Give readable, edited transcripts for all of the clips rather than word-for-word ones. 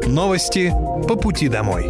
Новости по пути домой.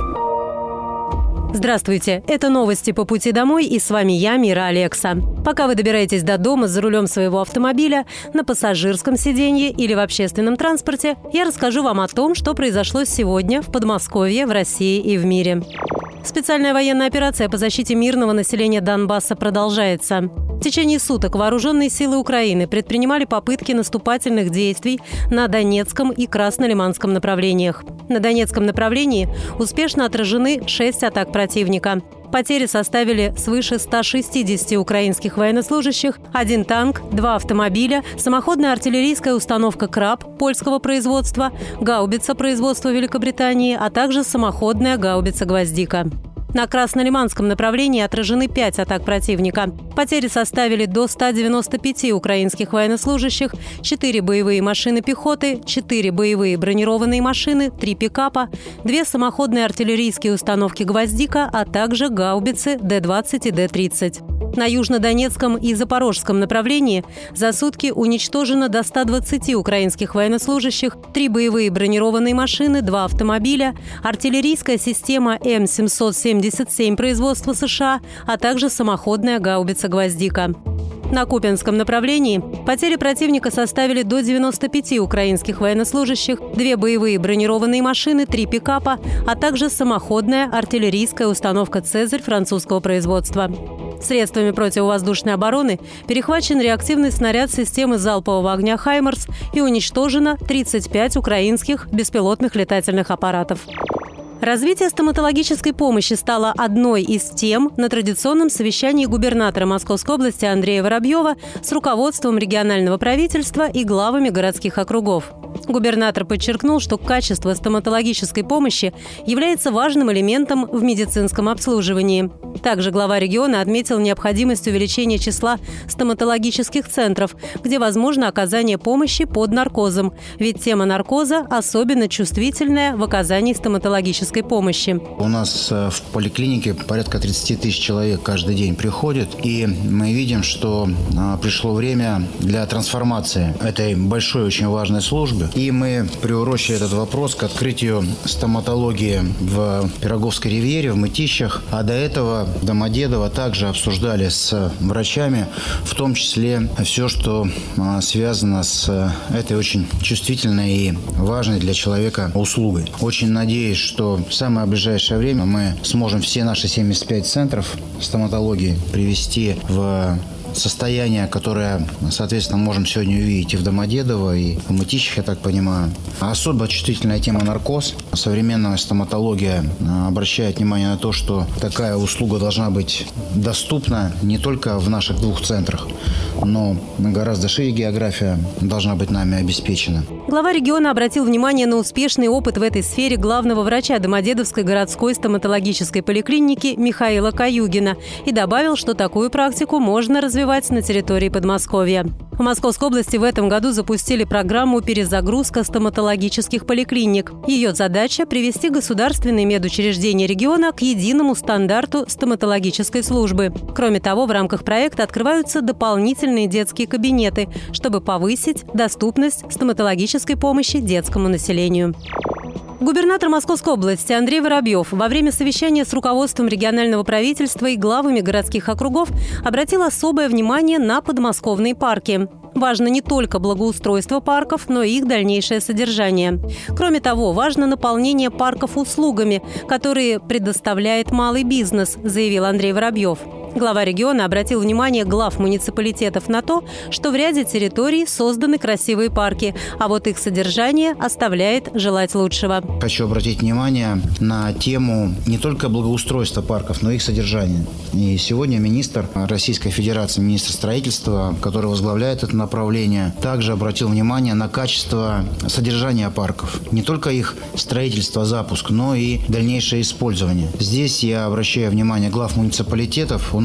Здравствуйте, это новости по пути домой, и с вами я, Мира Алекса. Пока вы добираетесь до дома за рулем своего автомобиля, на пассажирском сиденье или в общественном транспорте, я расскажу вам о том, что произошло сегодня в Подмосковье, в России и в мире. Специальная военная операция по защите мирного населения Донбасса продолжается. В течение суток вооруженные силы Украины предпринимали попытки наступательных действий на Донецком и Краснолиманском направлениях. На Донецком направлении успешно отражены 6 атак противника. Потери составили свыше 160 украинских военнослужащих, 1 танк, 2 автомобиля, самоходная артиллерийская установка «Краб» польского производства, гаубица производства Великобритании, а также самоходная гаубица «Гвоздика». На Краснолиманском направлении отражены 5 атак противника. Потери составили до 195 украинских военнослужащих, 4 боевые машины пехоты, 4 боевые бронированные машины, 3 пикапа, 2 самоходные артиллерийские установки «Гвоздика», а также гаубицы Д-20 и Д-30. На Южнодонецком и Запорожском направлении за сутки уничтожено до 120 украинских военнослужащих, 3 боевые бронированные машины, 2 автомобиля, артиллерийская система М777 производства США, а также самоходная гаубица «Гвоздика». На Купянском направлении потери противника составили до 95 украинских военнослужащих, 2 боевые бронированные машины, 3 пикапа, а также самоходная артиллерийская установка «Цезарь» французского производства. Средствами противовоздушной обороны перехвачен реактивный снаряд системы залпового огня «Хаймарс» и уничтожено 35 украинских беспилотных летательных аппаратов. Развитие стоматологической помощи стало одной из тем на традиционном совещании губернатора Московской области Андрея Воробьева с руководством регионального правительства и главами городских округов. Губернатор подчеркнул, что качество стоматологической помощи является важным элементом в медицинском обслуживании. Также глава региона отметил необходимость увеличения числа стоматологических центров, где возможно оказание помощи под наркозом, ведь тема наркоза особенно чувствительная в оказании стоматологической помощи. У нас в поликлинике порядка 30 тысяч человек каждый день приходит, и мы видим, что пришло время для трансформации этой большой, очень важной службы. И мы приурочили этот вопрос к открытию стоматологии в Пироговской ривьере, в Мытищах. А до этого в Домодедово также обсуждали с врачами, в том числе все, что связано с этой очень чувствительной и важной для человека услугой. Очень надеюсь, что в самое ближайшее время мы сможем все наши 75 центров стоматологии привести в состояние, которое, соответственно, можем сегодня увидеть и в Домодедово, и в Мытищах, я так понимаю. Особо чувствительная тема наркоз. Современная стоматология обращает внимание на то, что такая услуга должна быть доступна не только в наших 2 центрах, но гораздо шире география должна быть нами обеспечена. Глава региона обратил внимание на успешный опыт в этой сфере главного врача Домодедовской городской стоматологической поликлиники Михаила Каюгина и добавил, что такую практику можно развивать на территории Подмосковья. В Московской области в этом году запустили программу «Перезагрузка стоматологических поликлиник». Ее задача – привести государственные медучреждения региона к единому стандарту стоматологической службы. Кроме того, в рамках проекта открываются дополнительные детские кабинеты, чтобы повысить доступность стоматологической помощи детскому населению. Губернатор Московской области Андрей Воробьев во время совещания с руководством регионального правительства и главами городских округов обратил особое внимание на подмосковные парки. Важно не только благоустройство парков, но и их дальнейшее содержание. Кроме того, важно наполнение парков услугами, которые предоставляет малый бизнес, заявил Андрей Воробьев. Глава региона обратил внимание глав муниципалитетов на то, что в ряде территорий созданы красивые парки, а вот их содержание оставляет желать лучшего. Хочу обратить внимание на тему не только благоустройства парков, но и их содержания. И сегодня министр Российской Федерации, министр строительства, который возглавляет это направление, также обратил внимание на качество содержания парков. Не только их строительство, запуск, но и дальнейшее использование. Здесь я обращаю внимание глав муниципалитетов. У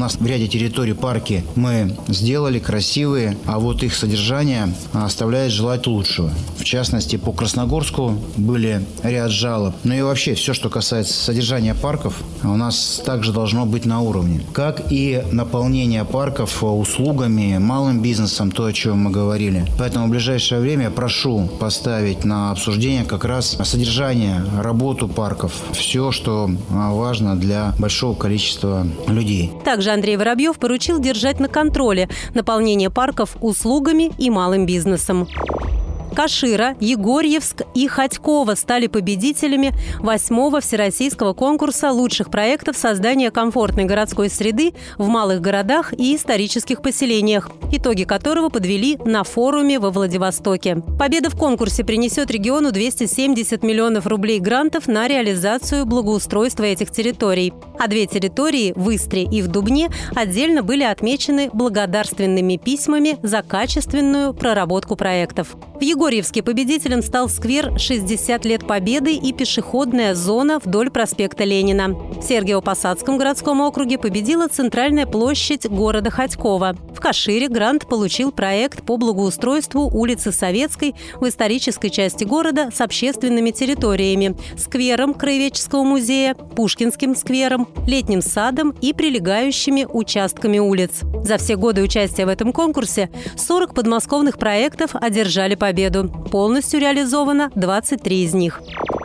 У нас в ряде территорий парки мы сделали красивые, а вот их содержание оставляет желать лучшего. В частности, по Красногорску были ряд жалоб. Ну и вообще, все, что касается содержания парков, у нас также должно быть на уровне. Как и наполнение парков услугами, малым бизнесом, то, о чем мы говорили. Поэтому в ближайшее время прошу поставить на обсуждение как раз содержание, работу парков. Все, что важно для большого количества людей. Также Андрей Воробьев поручил держать на контроле наполнение парков услугами и малым бизнесом. Кашира, Егорьевск и Хотьково стали победителями 8-го всероссийского конкурса лучших проектов создания комфортной городской среды в малых городах и исторических поселениях, итоги которого подвели на форуме во Владивостоке. Победа в конкурсе принесет региону 270 миллионов рублей грантов на реализацию благоустройства этих территорий. А две территории, в Истре и в Дубне, отдельно были отмечены благодарственными письмами за качественную проработку проектов. В Егорьевске победителем стал сквер «60 лет Победы» и пешеходная зона вдоль проспекта Ленина. В Сергиево-Посадском городском округе победила центральная площадь города Хотьково. В Кашире грант получил проект по благоустройству улицы Советской в исторической части города с общественными территориями, сквером Краеведческого музея, Пушкинским сквером, летним садом и прилегающими участками улиц. За все годы участия в этом конкурсе 40 подмосковных проектов одержали победу. Полностью реализовано 23 из них.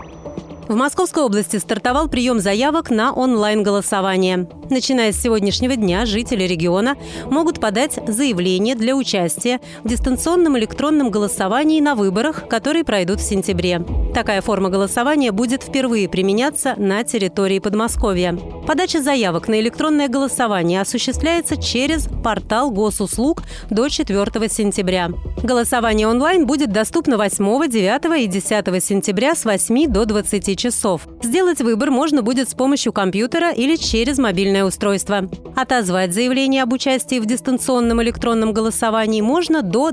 В Московской области стартовал прием заявок на онлайн-голосование. Начиная с сегодняшнего дня жители региона могут подать заявление для участия в дистанционном электронном голосовании на выборах, которые пройдут в сентябре. Такая форма голосования будет впервые применяться на территории Подмосковья. Подача заявок на электронное голосование осуществляется через портал госуслуг до 4 сентября. Голосование онлайн будет доступно 8, 9 и 10 сентября с 8 до 20 часов. Сделать выбор можно будет с помощью компьютера или через мобильное устройство. Отозвать заявление об участии в дистанционном электронном голосовании можно до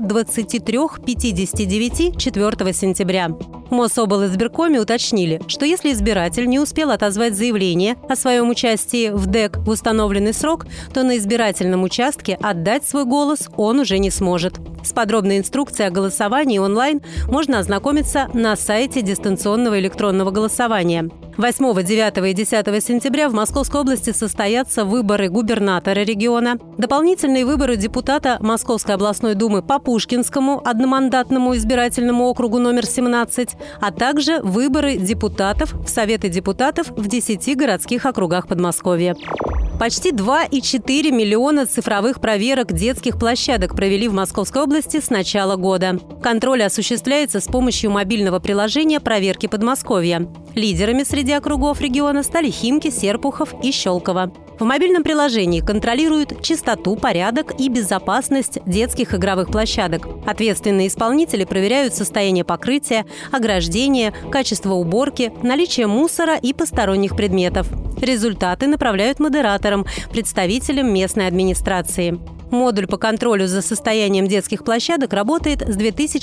23:59 4 сентября. В Мособлизбиркоме уточнили, что если избиратель не успел отозвать заявление о своем участии в ДЭК в установленный срок, то на избирательном участке отдать свой голос он уже не сможет. С подробной инструкцией о голосовании онлайн можно ознакомиться на сайте дистанционного электронного голосования. 8, 9 и 10 сентября в Московской области состоятся выборы губернатора региона, дополнительные выборы депутата Московской областной думы по Пушкинскому одномандатному избирательному округу номер 17, а также выборы депутатов в Советы депутатов в 10 городских округах Подмосковья. Почти 2,4 миллиона цифровых проверок детских площадок провели в Московской области с начала года. Контроль осуществляется с помощью мобильного приложения проверки Подмосковья. Лидерами среди округов региона стали Химки, Серпухов и Щелково. В мобильном приложении контролируют чистоту, порядок и безопасность детских игровых площадок. Ответственные исполнители проверяют состояние покрытия, ограждения, качество уборки, наличие мусора и посторонних предметов. Результаты направляют модераторам, представителям местной администрации. Модуль по контролю за состоянием детских площадок работает с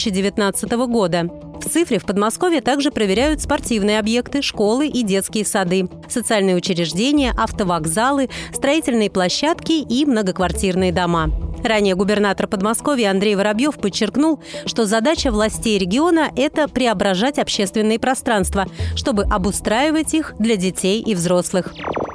2019 года. В цифре в Подмосковье также проверяют спортивные объекты, школы и детские сады, социальные учреждения, автовокзалы, строительные площадки и многоквартирные дома. Ранее губернатор Подмосковья Андрей Воробьев подчеркнул, что задача властей региона – это преображать общественные пространства, чтобы обустраивать их для детей и взрослых.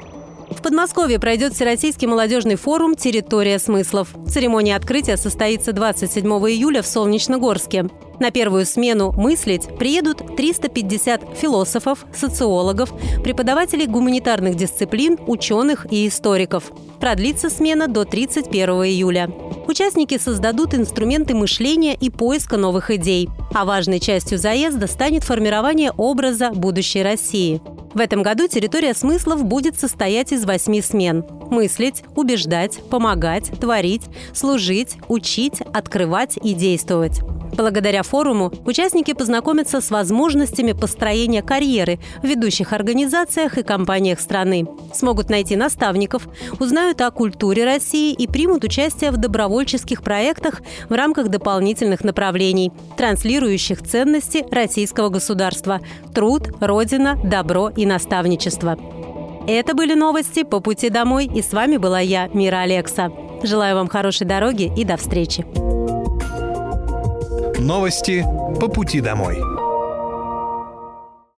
В Подмосковье пройдет Всероссийский молодежный форум «Территория смыслов». Церемония открытия состоится 27 июля в Солнечногорске. На первую смену «Мыслить» приедут 350 философов, социологов, преподавателей гуманитарных дисциплин, ученых и историков. Продлится смена до 31 июля. Участники создадут инструменты мышления и поиска новых идей. А важной частью заезда станет формирование образа будущей России. В этом году «Территория смыслов» будет состоять из 8 смен. Мыслить, убеждать, помогать, творить, служить, учить, открывать и действовать. Благодаря форуму участники познакомятся с возможностями построения карьеры в ведущих организациях и компаниях страны, смогут найти наставников, узнают о культуре России и примут участие в добровольческих проектах в рамках дополнительных направлений, транслирующих ценности российского государства – труд, родина, добро и наставничество. Это были новости по пути домой, и с вами была я, Мира Алекса. Желаю вам хорошей дороги и до встречи. Новости по пути домой.